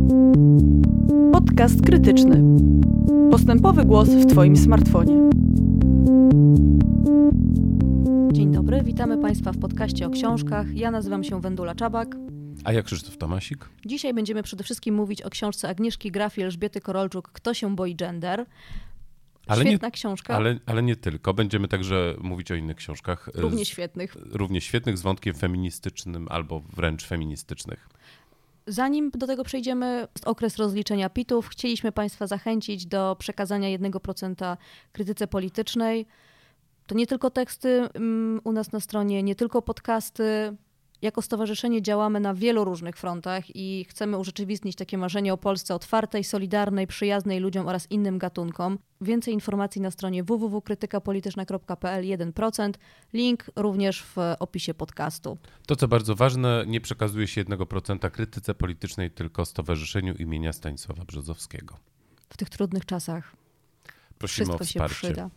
Podcast krytyczny. Postępowy głos w Twoim smartfonie. Dzień dobry, witamy Państwa w podcaście o książkach. Ja nazywam się Wendula Czabak. A ja Krzysztof Tomasik. Dzisiaj będziemy przede wszystkim mówić o książce Agnieszki Graf i Elżbiety Korolczuk "Kto się boi gender?". Świetna książka. Ale nie tylko. Będziemy także mówić o innych książkach. Równie świetnych z wątkiem feministycznym albo wręcz feministycznych. Zanim do tego przejdziemy, okres rozliczenia PIT-ów. Chcieliśmy Państwa zachęcić do przekazania 1% krytyce politycznej. To nie tylko teksty u nas na stronie, nie tylko podcasty. Jako stowarzyszenie działamy na wielu różnych frontach i chcemy urzeczywistnić takie marzenie o Polsce otwartej, solidarnej, przyjaznej ludziom oraz innym gatunkom. Więcej informacji na stronie www.krytykapolityczna.pl 1%. Link również w opisie podcastu. To, co bardzo ważne, nie przekazuje się 1% krytyce politycznej, tylko Stowarzyszeniu imienia Stanisława Brzozowskiego. W tych trudnych czasach prosimy o wsparcie. Się przyda.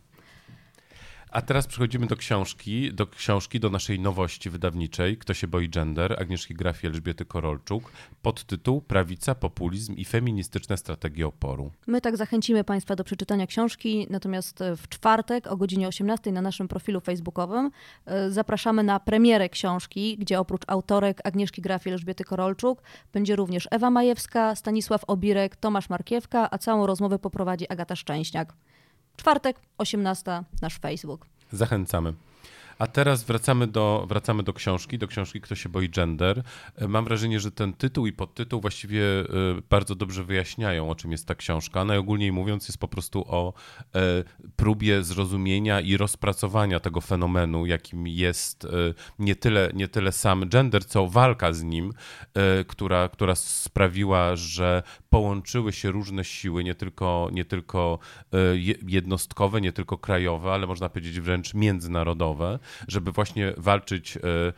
A teraz przechodzimy do książki, do naszej nowości wydawniczej "Kto się boi gender" Agnieszki Graf i Elżbiety Korolczuk, podtytuł "Prawica, populizm i feministyczne strategie oporu". My tak zachęcimy Państwa do przeczytania książki, natomiast w czwartek o godzinie 18 na naszym profilu facebookowym zapraszamy na premierę książki, gdzie oprócz autorek Agnieszki Graf i Elżbiety Korolczuk będzie również Ewa Majewska, Stanisław Obirek, Tomasz Markiewka, a całą rozmowę poprowadzi Agata Szczęśniak. Czwartek, 18, nasz Facebook. Zachęcamy. A teraz wracamy do książki "Kto się boi gender". Mam wrażenie, że ten tytuł i podtytuł właściwie bardzo dobrze wyjaśniają, o czym jest ta książka. Najogólniej mówiąc, jest po prostu o próbie zrozumienia i rozpracowania tego fenomenu, jakim jest nie tyle sam gender, co walka z nim, która sprawiła, że połączyły się różne siły, nie tylko jednostkowe, nie tylko krajowe, ale można powiedzieć wręcz międzynarodowe, żeby właśnie walczyć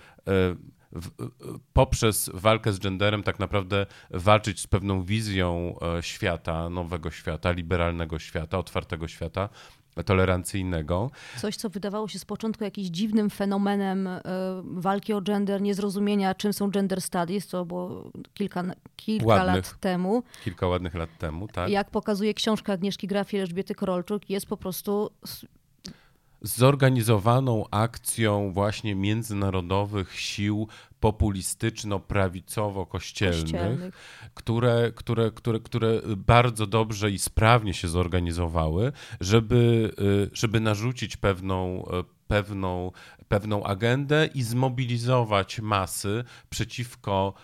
poprzez walkę z genderem, tak naprawdę walczyć z pewną wizją świata, nowego świata, liberalnego świata, otwartego świata, tolerancyjnego. Coś, co wydawało się z początku jakimś dziwnym fenomenem walki o gender, niezrozumienia, czym są gender studies, co było kilka lat temu. Kilka ładnych lat temu, tak. Jak pokazuje książka Agnieszki Graf i Elżbiety Korolczuk, jest po prostu zorganizowaną akcją właśnie międzynarodowych sił populistyczno-prawicowo-kościelnych, które bardzo dobrze i sprawnie się zorganizowały, żeby narzucić pewną agendę i zmobilizować masy przeciwko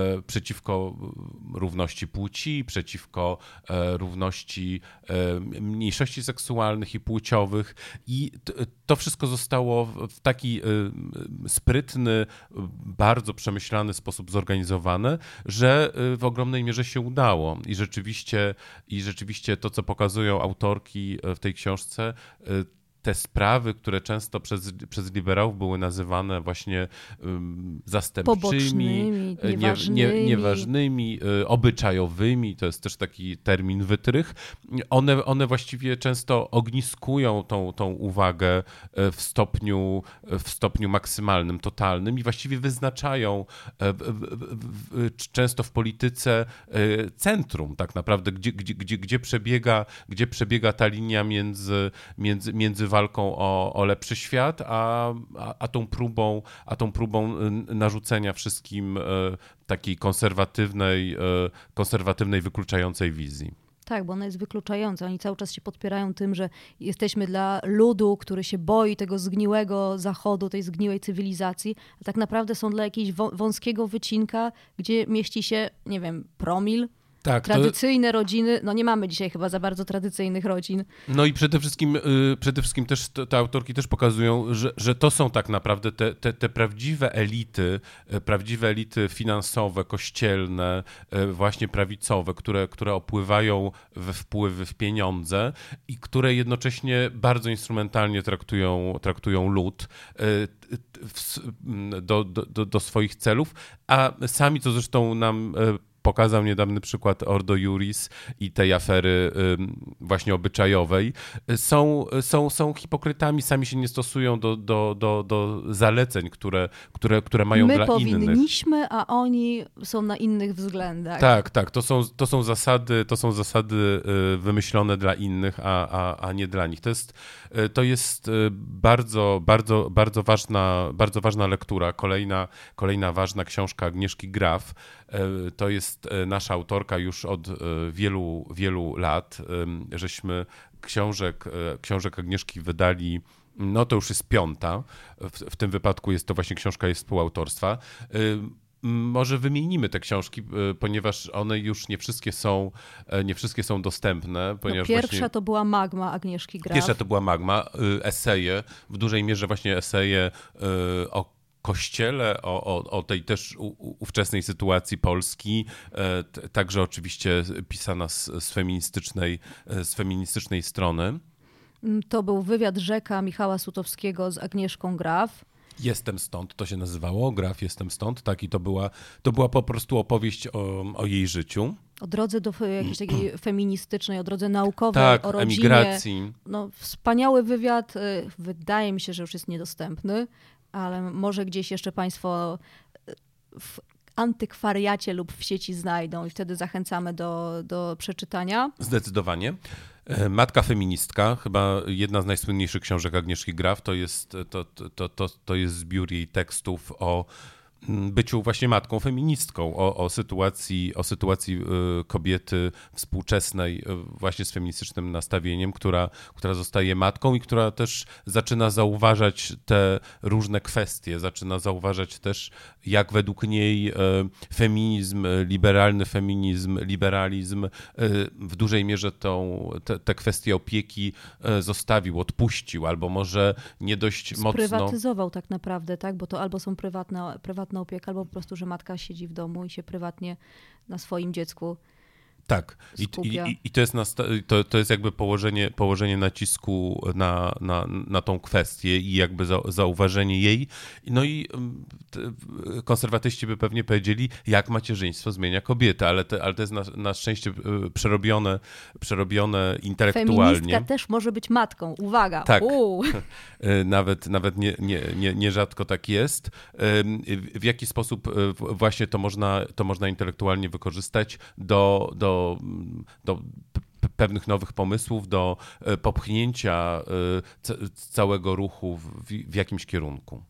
równości płci, przeciwko równości mniejszości seksualnych i płciowych. I to wszystko zostało w taki sprytny, bardzo przemyślany sposób zorganizowane, że w ogromnej mierze się udało. I rzeczywiście to, co pokazują autorki w tej książce, te sprawy, które często przez liberałów były nazywane właśnie zastępczymi, nieważnymi, obyczajowymi, to jest też taki termin wytrych, one właściwie często ogniskują tą uwagę w stopniu maksymalnym, totalnym i właściwie wyznaczają często w polityce centrum tak naprawdę, gdzie przebiega ta linia między walką o lepszy świat, a tą próbą narzucenia wszystkim takiej konserwatywnej, wykluczającej wizji. Tak, bo ona jest wykluczająca. Oni cały czas się podpierają tym, że jesteśmy dla ludu, który się boi tego zgniłego zachodu, tej zgniłej cywilizacji, a tak naprawdę są dla jakiegoś wąskiego wycinka, gdzie mieści się, nie wiem, promil. Tak, tradycyjne rodziny, no nie mamy dzisiaj chyba za bardzo tradycyjnych rodzin. No i przede wszystkim też te autorki też pokazują, że to są tak naprawdę te prawdziwe elity finansowe, kościelne, właśnie prawicowe, które opływają we wpływy, w pieniądze i które jednocześnie bardzo instrumentalnie traktują lud do swoich celów, a sami, co zresztą nam pokazał niedawny przykład Ordo Iuris i tej afery właśnie obyczajowej, są hipokrytami, sami się nie stosują do zaleceń, które mają My dla innych. My powinniśmy, a oni są na innych względach. Tak, to są zasady wymyślone dla innych, a nie dla nich. To jest bardzo ważna lektura. Kolejna ważna książka Agnieszki Graf. To jest nasza autorka już od wielu lat. Żeśmy książek Agnieszki wydali, no to już jest 5. W tym wypadku jest to właśnie książka jest współautorstwa. Może wymienimy te książki, ponieważ one już nie wszystkie są dostępne. Ponieważ Pierwsza to była Magma Agnieszki Graf. Pierwsza to była Magma, eseje, w dużej mierze właśnie eseje o Kościele, o tej też ówczesnej sytuacji Polski, także oczywiście pisana z feministycznej strony. To był wywiad Rzeka Michała Sutowskiego z Agnieszką Graf. Jestem stąd, to się nazywało, Graf Jestem stąd, tak, i to była po prostu opowieść o jej życiu. O drodze do jakiejś takiej feministycznej, o drodze naukowej, tak, o rodzinie. emigracji. No, wspaniały wywiad, wydaje mi się, że już jest niedostępny, ale może gdzieś jeszcze Państwo w antykwariacie lub w sieci znajdą i wtedy zachęcamy do przeczytania. Zdecydowanie. Matka feministka, chyba jedna z najsłynniejszych książek Agnieszki Graf, to jest zbiór jej tekstów o byciu właśnie matką feministką, o sytuacji kobiety współczesnej właśnie z feministycznym nastawieniem, która zostaje matką i która też zaczyna zauważać te różne kwestie, zaczyna zauważać też, jak według niej feminizm, liberalny feminizm, liberalizm w dużej mierze te kwestie opieki zostawił, odpuścił, albo może nie dość mocno... Sprywatyzował tak naprawdę, tak? Bo to albo są prywatna opieka, albo po prostu, że matka siedzi w domu i się prywatnie na swoim dziecku tak. I to jest jakby położenie nacisku na tą kwestię i jakby zauważenie jej. No i konserwatyści by pewnie powiedzieli, jak macierzyństwo zmienia kobietę, ale to jest na szczęście przerobione intelektualnie. Feministka też może być matką. Uwaga! Tak. Nawet nierzadko tak jest. W jaki sposób właśnie to można intelektualnie wykorzystać do pewnych nowych pomysłów, do popchnięcia całego ruchu w jakimś kierunku.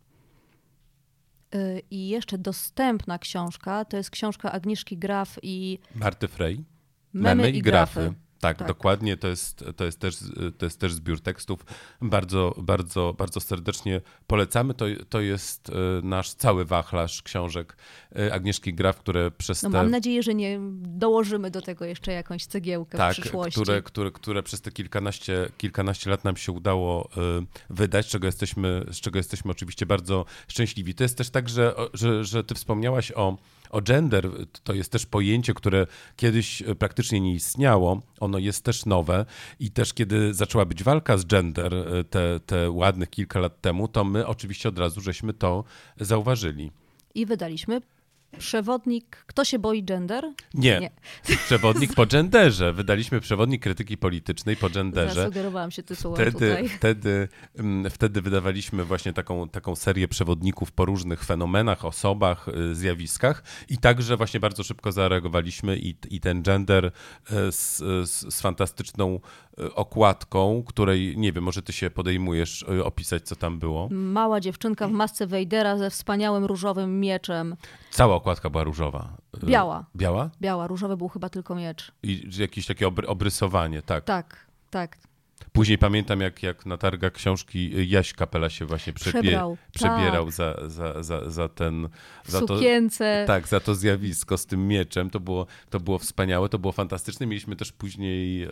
I jeszcze dostępna książka, to jest książka Agnieszki Graf i Marty Frey. Memy i grafy. Tak, dokładnie. To jest też zbiór tekstów. Bardzo serdecznie polecamy. To jest nasz cały wachlarz książek Agnieszki Graf, które przez Mam nadzieję, że nie dołożymy do tego jeszcze jakąś cegiełkę w przyszłości. Które przez te kilkanaście lat nam się udało wydać, z czego jesteśmy oczywiście bardzo szczęśliwi. To jest też tak, że ty wspomniałaś o gender, to jest też pojęcie, które kiedyś praktycznie nie istniało. Ono jest też nowe i też kiedy zaczęła być walka z gender te ładnych kilka lat temu, to my oczywiście od razu żeśmy to zauważyli. I wydaliśmy przewodnik Kto się boi gender? Nie. Przewodnik po genderze. Wydaliśmy przewodnik krytyki politycznej po genderze. Zasugerowałam się tytułem tutaj. Wtedy wydawaliśmy właśnie taką serię przewodników po różnych fenomenach, osobach, zjawiskach i także właśnie bardzo szybko zareagowaliśmy i ten gender z fantastyczną okładką, której, nie wiem, może ty się podejmujesz opisać, co tam było. Mała dziewczynka w masce Wejdera ze wspaniałym różowym mieczem. Cała okładka była różowa. Biała. Biała? Biała, różowy był chyba tylko miecz. I jakieś takie obrysowanie, tak. Tak. Później pamiętam, jak na targach książki Jaś Kapela się właśnie przebierał za ten... W sukience. Za to zjawisko z tym mieczem. To było wspaniałe, to było fantastyczne. Mieliśmy też później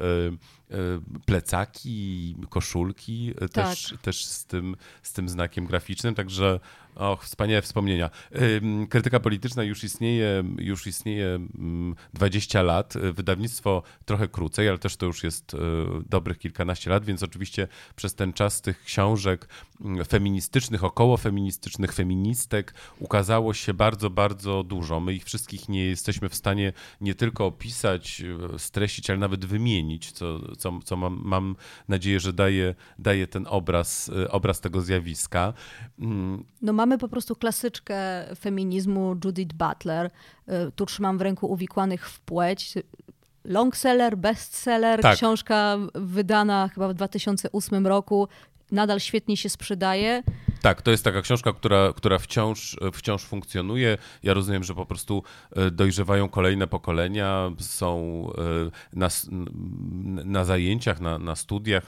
plecaki, koszulki, też z tym znakiem graficznym, także Och, wspaniałe wspomnienia. Krytyka polityczna już istnieje 20 lat. Wydawnictwo trochę krócej, ale też to już jest dobrych kilkanaście lat, więc oczywiście przez ten czas tych książek feministycznych, okołofeministycznych, feministek ukazało się bardzo, bardzo dużo. My ich wszystkich nie jesteśmy w stanie nie tylko opisać, streścić, ale nawet wymienić, co mam nadzieję, że daje ten obraz tego zjawiska. No mamy po prostu klasyczkę feminizmu Judith Butler. Tu trzymam w ręku Uwikłanych w płeć. Longseller, bestseller, tak. Książka wydana chyba w 2008 roku. Nadal świetnie się sprzedaje. Tak, to jest taka książka, która wciąż funkcjonuje. Ja rozumiem, że po prostu dojrzewają kolejne pokolenia, są na zajęciach, na studiach,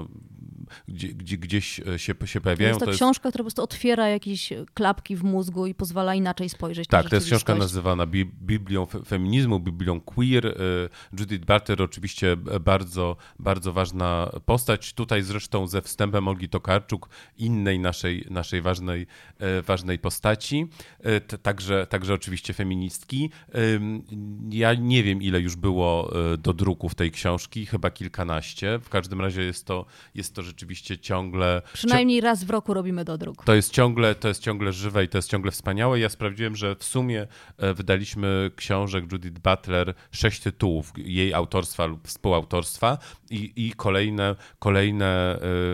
gdzieś się pojawiają. To jest książka, która po prostu otwiera jakieś klapki w mózgu i pozwala inaczej spojrzeć na Tak, to jest książka nazywana Biblią feminizmu, Biblią queer. Judith Butler oczywiście bardzo, bardzo ważna postać. Tutaj zresztą ze wstępem Olgi Tokarczuk, innej naszej ważnej postaci. Także oczywiście feministki. Ja nie wiem, ile już było do druków tej książki, chyba kilkanaście. W każdym razie jest to rzeczywiście ciągle... Przynajmniej raz w roku robimy dodruk. To jest ciągle żywe i to jest ciągle wspaniałe. Ja sprawdziłem, że w sumie wydaliśmy książek Judith Butler 6 tytułów jej autorstwa lub współautorstwa i kolejne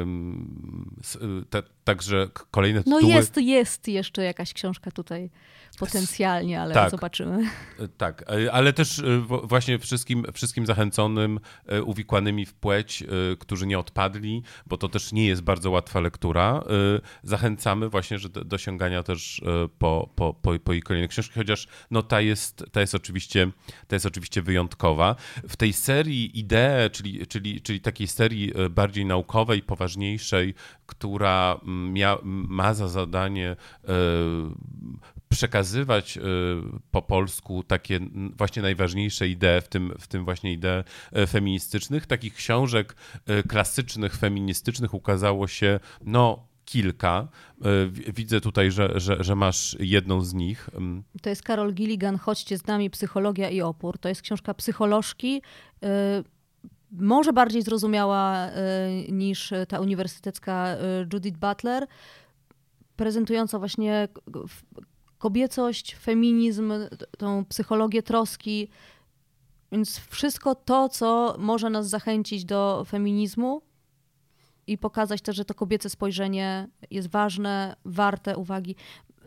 także kolejne tytuły. No jest jeszcze jakaś książka tutaj potencjalnie, ale tak, zobaczymy. Tak, ale też właśnie wszystkim zachęconym, uwikłanymi w płeć, którzy nie odpadli, bo to też nie jest bardzo łatwa lektura, zachęcamy właśnie, że do sięgania też po jej kolejne książki, chociaż no ta jest oczywiście wyjątkowa. W tej serii Idee, czyli takiej serii bardziej naukowej, poważniejszej, która ma za zadanie przekazywać po polsku takie właśnie najważniejsze idee, w tym właśnie idee feministycznych. Takich książek klasycznych, feministycznych ukazało się kilka. Widzę tutaj, że masz jedną z nich. To jest Carol Gilligan, Chodźcie z nami, psychologia i opór. To jest książka psycholożki, może bardziej zrozumiała niż ta uniwersytecka Judith Butler, prezentująca właśnie kobiecość, feminizm, tą psychologię troski, więc wszystko to, co może nas zachęcić do feminizmu i pokazać też, że to kobiece spojrzenie jest ważne, warte uwagi.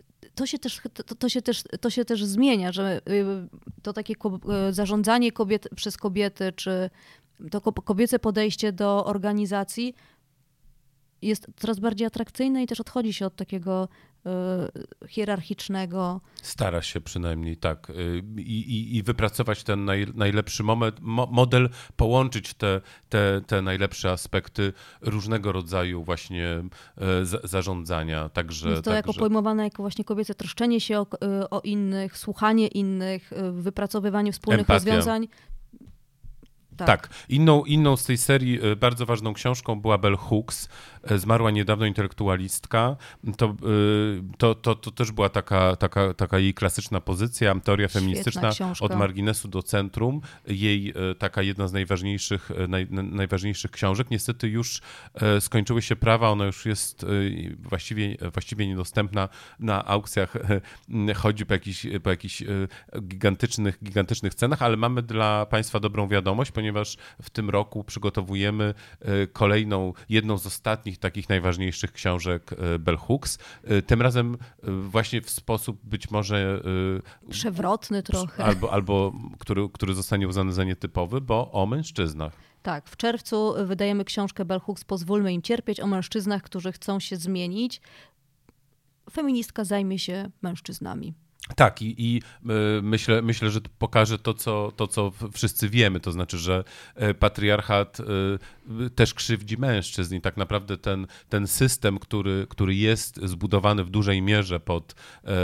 To się też zmienia, że to takie zarządzanie przez kobiety, czy to kobiece podejście do organizacji jest coraz bardziej atrakcyjne i też odchodzi się od takiego hierarchicznego. Stara się przynajmniej, tak. I wypracować ten najlepszy model, połączyć te najlepsze aspekty różnego rodzaju właśnie zarządzania. Jest to jako pojmowane jako właśnie kobiece troszczenie się o innych, słuchanie innych, wypracowywanie wspólnych rozwiązań. Tak. Inną z tej serii bardzo ważną książką była Bell Hooks. Zmarła niedawno intelektualistka. To też była taka jej klasyczna pozycja, teoria feministyczna od marginesu do centrum. Jej taka jedna z najważniejszych książek. Niestety już skończyły się prawa, ona już jest właściwie niedostępna na aukcjach. Chodzi po jakichś gigantycznych cenach, ale mamy dla Państwa dobrą wiadomość, ponieważ w tym roku przygotowujemy jedną z ostatnich takich najważniejszych książek Bell Hooks. Tym razem właśnie w sposób być może przewrotny trochę. Albo który zostanie uznany za nietypowy, bo o mężczyznach. Tak, w czerwcu wydajemy książkę Bell Hooks Pozwólmy im cierpieć, o mężczyznach, którzy chcą się zmienić. Feministka zajmie się mężczyznami. Tak, i myślę, że pokaże to, co wszyscy wiemy, to znaczy, że patriarchat też krzywdzi mężczyzn i tak naprawdę ten system, który jest zbudowany w dużej mierze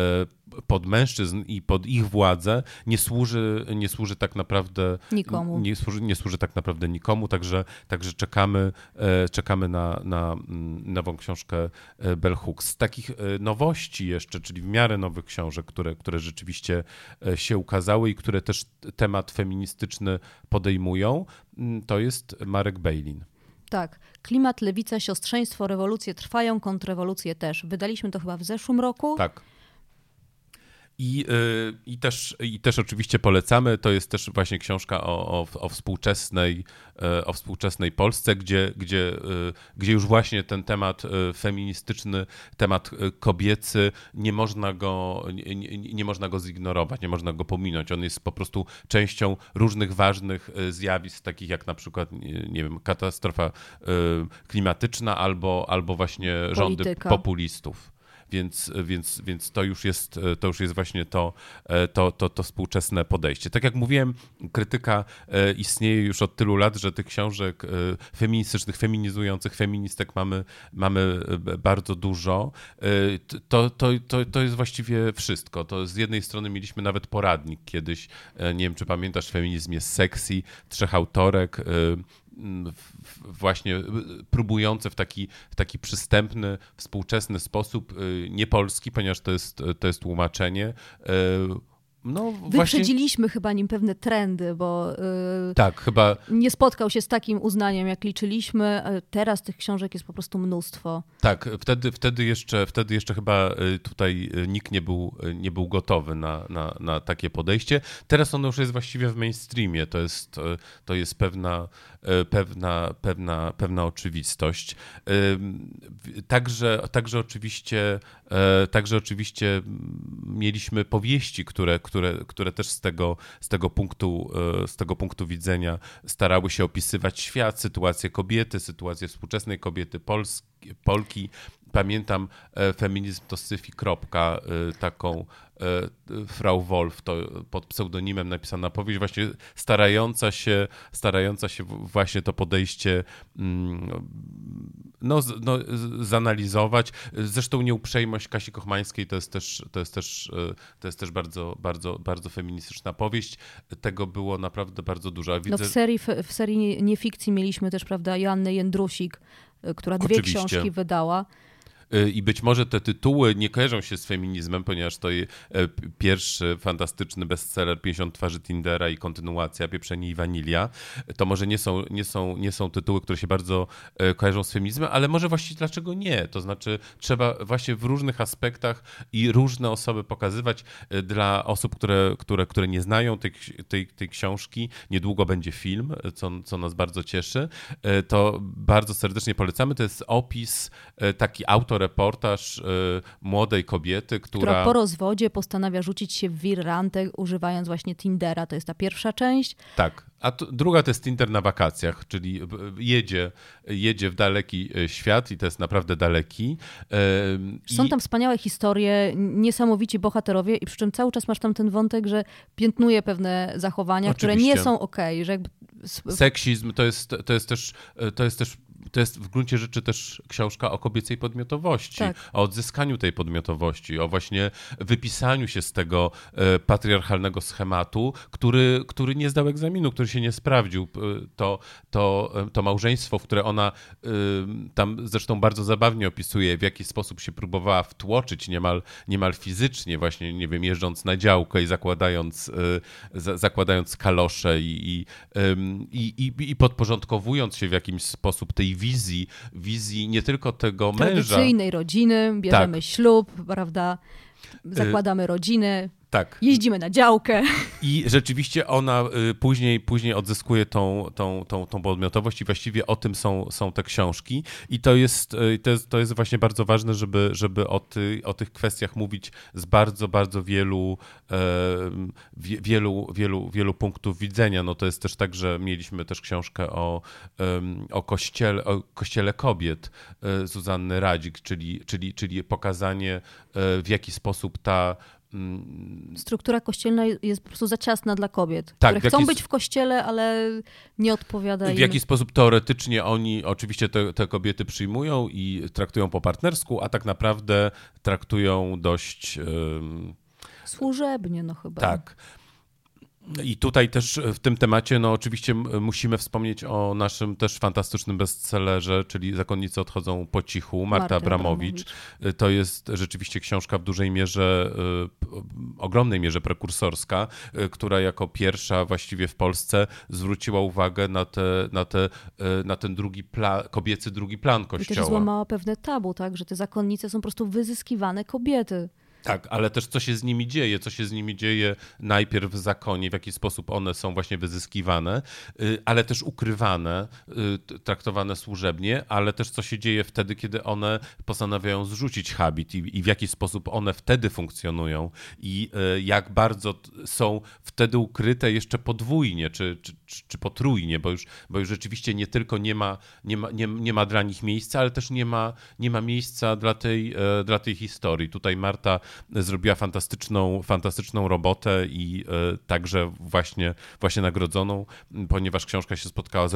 pod mężczyzn i pod ich władzę nie służy tak naprawdę nikomu. Nie służy tak naprawdę nikomu, także czekamy na nową książkę Bell Hooks. Z takich nowości jeszcze, czyli w miarę nowych książek, które rzeczywiście się ukazały i które też temat feministyczny podejmują, to jest Marek Bejlin. Tak. Klimat, lewica, siostrzeństwo, rewolucje trwają, kontrrewolucje też. Wydaliśmy to chyba w zeszłym roku. Tak. I też oczywiście polecamy. To jest też właśnie książka o współczesnej Polsce, gdzie już właśnie ten temat feministyczny, temat kobiecy, nie można go zignorować, nie można go pominąć. On jest po prostu częścią różnych ważnych zjawisk, takich jak na przykład, nie wiem, katastrofa klimatyczna albo właśnie rządy populistów. Więc to już jest właśnie to współczesne podejście. Tak jak mówiłem, krytyka istnieje już od tylu lat, że tych książek feministycznych, feminizujących feministek mamy bardzo dużo. To jest właściwie wszystko. To z jednej strony mieliśmy nawet poradnik kiedyś, nie wiem, czy pamiętasz, Feminizm jest sexy, 3 autorek, właśnie próbujące w taki przystępny, współczesny sposób, nie polski, ponieważ to jest tłumaczenie. Wyprzedziliśmy chyba nim pewne trendy, bo tak, chyba nie spotkał się z takim uznaniem, jak liczyliśmy. Teraz tych książek jest po prostu mnóstwo. Tak, wtedy jeszcze chyba tutaj nikt nie był gotowy na takie podejście. Teraz ono już jest właściwie w mainstreamie. To jest pewna oczywistość. Także oczywiście mieliśmy powieści, które też z tego punktu widzenia starały się opisywać świat, sytuację kobiety, sytuację współczesnej kobiety, Polki. Pamiętam Feminizm to syf i kropka, taką Frau Wolf, to pod pseudonimem napisana powieść, właśnie starająca się właśnie to podejście zanalizować. Zresztą Nieuprzejmość Kasi Kochmańskiej to jest też bardzo, bardzo, bardzo feministyczna powieść. Tego było naprawdę bardzo dużo. W serii niefikcji mieliśmy też, prawda, Joannę Jędrusik, która 2 książki wydała. I być może te tytuły nie kojarzą się z feminizmem, ponieważ to pierwszy fantastyczny bestseller 50 twarzy Tindera i kontynuacja Pieprzenie i Wanilia. To może nie są tytuły, które się bardzo kojarzą z feminizmem, ale może właściwie dlaczego nie? To znaczy trzeba właśnie w różnych aspektach i różne osoby pokazywać. Dla osób, które nie znają tej książki, niedługo będzie film, co nas bardzo cieszy. To bardzo serdecznie polecamy. To jest opis, taki autoreportaż młodej kobiety, która po rozwodzie postanawia rzucić się w wir randek, używając właśnie Tindera. To jest ta pierwsza część. Tak, a druga to jest Tinder na wakacjach, czyli jedzie w daleki świat i to jest naprawdę daleki. Są tam wspaniałe historie, niesamowici bohaterowie i przy czym cały czas masz tam ten wątek, że piętnuje pewne zachowania, które nie są okej, że jakby... Seksizm to jest w gruncie rzeczy też książka o kobiecej podmiotowości, tak. O odzyskaniu tej podmiotowości, o właśnie wypisaniu się z tego patriarchalnego schematu, który nie zdał egzaminu, który się nie sprawdził. To małżeństwo, w które ona tam zresztą bardzo zabawnie opisuje, w jaki sposób się próbowała wtłoczyć niemal fizycznie, właśnie, nie wiem, jeżdżąc na działkę i zakładając kalosze i podporządkowując się w jakiś sposób tej wizji nie tylko tego męża. Tradycyjnej rodziny, bierzemy ślub, prawda, zakładamy rodziny. Tak. Jeździmy na działkę. I rzeczywiście ona później odzyskuje tą podmiotowość i właściwie o tym są te książki. I to jest właśnie bardzo ważne, żeby o tych kwestiach mówić z bardzo, bardzo wielu punktów widzenia. No to jest też tak, że mieliśmy też książkę o kościele kobiet Zuzanny Radzik, czyli pokazanie, w jaki sposób ta struktura kościelna jest po prostu za ciasna dla kobiet, które chcą być w kościele, ale nie odpowiada im. W jaki sposób teoretycznie oni oczywiście te kobiety przyjmują i traktują po partnersku, a tak naprawdę traktują dość Służebnie, no chyba. Tak. I tutaj też w tym temacie, no oczywiście musimy wspomnieć o naszym też fantastycznym bestsellerze, czyli Zakonnice odchodzą po cichu, Marta Abramowicz. To jest rzeczywiście książka w dużej mierze, ogromnej mierze prekursorska, która jako pierwsza właściwie w Polsce zwróciła uwagę na ten kobiecy drugi plan Kościoła. I też złamała pewne tabu, tak, że te zakonnice są po prostu wyzyskiwane kobiety. Tak, ale też co się z nimi dzieje najpierw w zakonie, w jaki sposób one są właśnie wyzyskiwane, ale też ukrywane, traktowane służebnie, ale też co się dzieje wtedy, kiedy one postanawiają zrzucić habit i w jaki sposób one wtedy funkcjonują i jak bardzo są wtedy ukryte jeszcze podwójnie czy potrójnie, bo już rzeczywiście nie tylko nie ma dla nich miejsca, ale też nie ma miejsca dla tej historii. Tutaj Marta zrobiła fantastyczną robotę i także właśnie nagrodzoną, ponieważ książka się spotkała z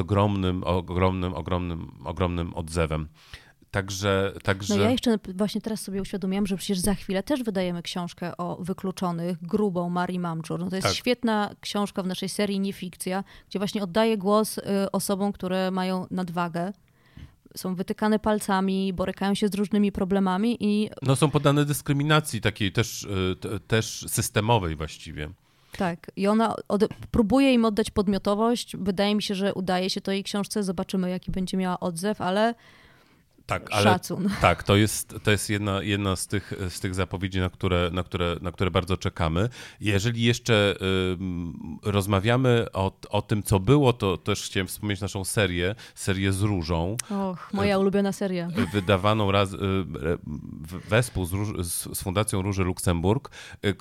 ogromnym odzewem. Także... No ja jeszcze właśnie teraz sobie uświadomiłam, że przecież za chwilę też wydajemy książkę o wykluczonych, grubą Marii Mamczur. No to jest świetna książka w naszej serii Nie fikcja, gdzie właśnie oddaje głos osobom, które mają nadwagę. Są wytykane palcami, borykają się z różnymi problemami i... No są poddane dyskryminacji takiej też systemowej właściwie. Tak. I ona próbuje im oddać podmiotowość. Wydaje mi się, że udaje się to jej książce. Zobaczymy, jaki będzie miała odzew, ale... Tak, szacun. Tak, to jest jedna z tych zapowiedzi, na które bardzo czekamy. Jeżeli jeszcze rozmawiamy o tym, co było, to też chciałem wspomnieć naszą serię z Różą. Och, moja ulubiona seria. Wydawaną wespół z Fundacją Róży Luksemburg,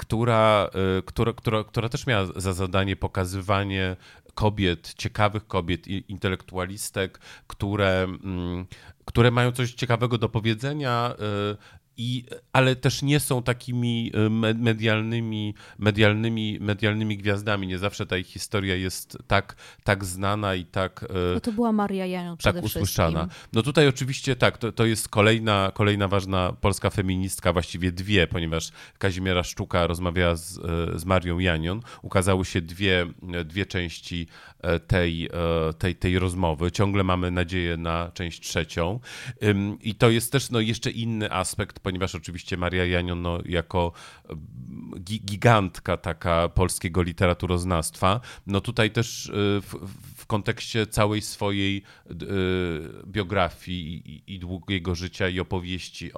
która też miała za zadanie pokazywanie kobiet, ciekawych kobiet, intelektualistek, które mają coś ciekawego do powiedzenia, ale też nie są takimi medialnymi gwiazdami. Nie zawsze ta ich historia jest tak znana i tak No to była Maria Janion przede tak usłyszana. No tutaj oczywiście tak, to jest kolejna ważna polska feministka, właściwie dwie, ponieważ Kazimiera Szczuka rozmawiała z Marią Janion. Ukazały się dwie części tej rozmowy. Ciągle mamy nadzieję na część trzecią. I to jest też jeszcze inny aspekt, ponieważ oczywiście Maria Janion jako gigantka taka polskiego literaturoznawstwa, no tutaj też w kontekście całej swojej biografii i długiego życia i opowieści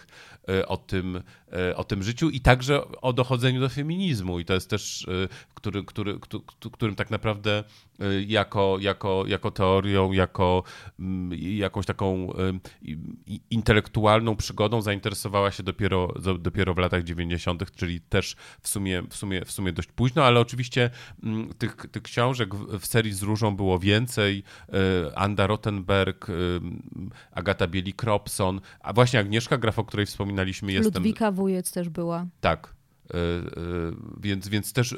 o tym życiu i także o dochodzeniu do feminizmu. I to jest też, którym tak naprawdę jako teorią, jako jakąś taką intelektualną przygodą zainteresowała się dopiero w latach 90., czyli też w sumie dość późno, ale oczywiście tych książek w serii z Różą było więcej. Anda Rottenberg, Agata Bielik-Robson, a właśnie Agnieszka Graf, o której wspominaliśmy. Ludwika Wujec też była. Tak. Więc też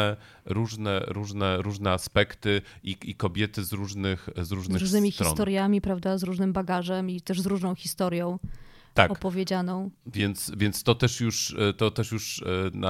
różne aspekty i kobiety z różnych różnymi stron. Historiami, prawda, z różnym bagażem i też z różną historią. Tak. Opowiedzianą. Więc to też już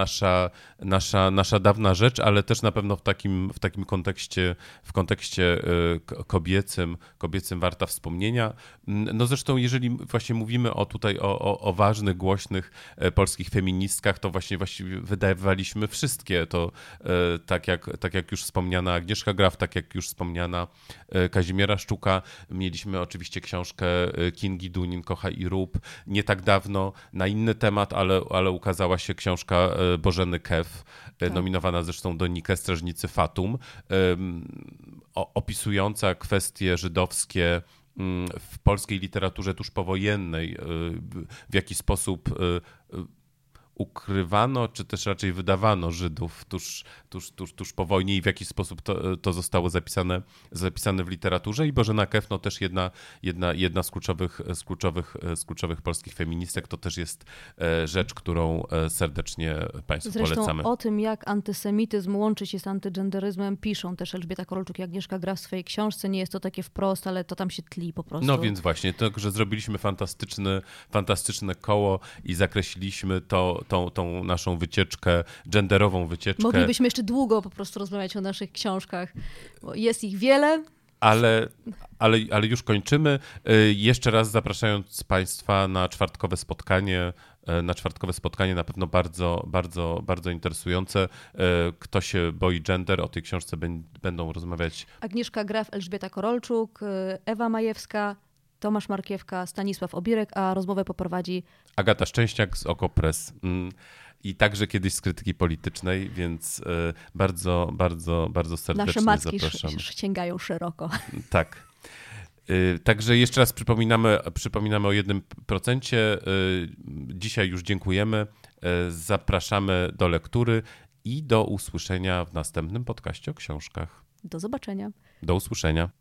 nasza dawna rzecz, ale też na pewno w takim kontekście kobiecym warta wspomnienia. No zresztą jeżeli właśnie mówimy o ważnych, głośnych polskich feministkach, to właściwie wydawaliśmy wszystkie. To tak jak już wspomniana Agnieszka Graf, tak jak już wspomniana Kazimiera Szczuka. Mieliśmy oczywiście książkę Kingi Dunin Kochaj i rób. Nie tak dawno na inny temat, ale ukazała się książka Bożeny Kef, nominowana zresztą do Nike Strażnicy Fatum, opisująca kwestie żydowskie w polskiej literaturze tuż powojennej, w jaki sposób ukrywano, czy też raczej wydawano Żydów tuż po wojnie i w jaki sposób to zostało zapisane w literaturze. I Bożena Kef, no też jedna z kluczowych polskich feministek, to też jest rzecz, którą serdecznie Państwu polecamy. Zresztą o tym, jak antysemityzm łączy się z antygenderyzmem, piszą też Elżbieta Korolczuk i Agnieszka Graf w swojej książce. Nie jest to takie wprost, ale to tam się tli po prostu. No więc właśnie, to, że zrobiliśmy fantastyczne koło i zakreśliliśmy to tą naszą wycieczkę, genderową wycieczkę. Moglibyśmy jeszcze długo po prostu rozmawiać o naszych książkach, bo jest ich wiele. Ale już kończymy. Jeszcze raz zapraszając Państwa na czwartkowe spotkanie. Na pewno bardzo, bardzo, bardzo interesujące. Kto się boi gender, o tej książce będą rozmawiać Agnieszka Graf, Elżbieta Korolczuk, Ewa Majewska, Tomasz Markiewka, Stanisław Obirek, a rozmowę poprowadzi Agata Szczęśniak z Okopres. I także kiedyś z krytyki politycznej, więc bardzo, bardzo, bardzo serdecznie nasze macki zapraszamy. sięgają szeroko. Tak. Także jeszcze raz przypominamy o 1%. Dzisiaj już dziękujemy. Zapraszamy do lektury i do usłyszenia w następnym podcaście o książkach. Do zobaczenia. Do usłyszenia.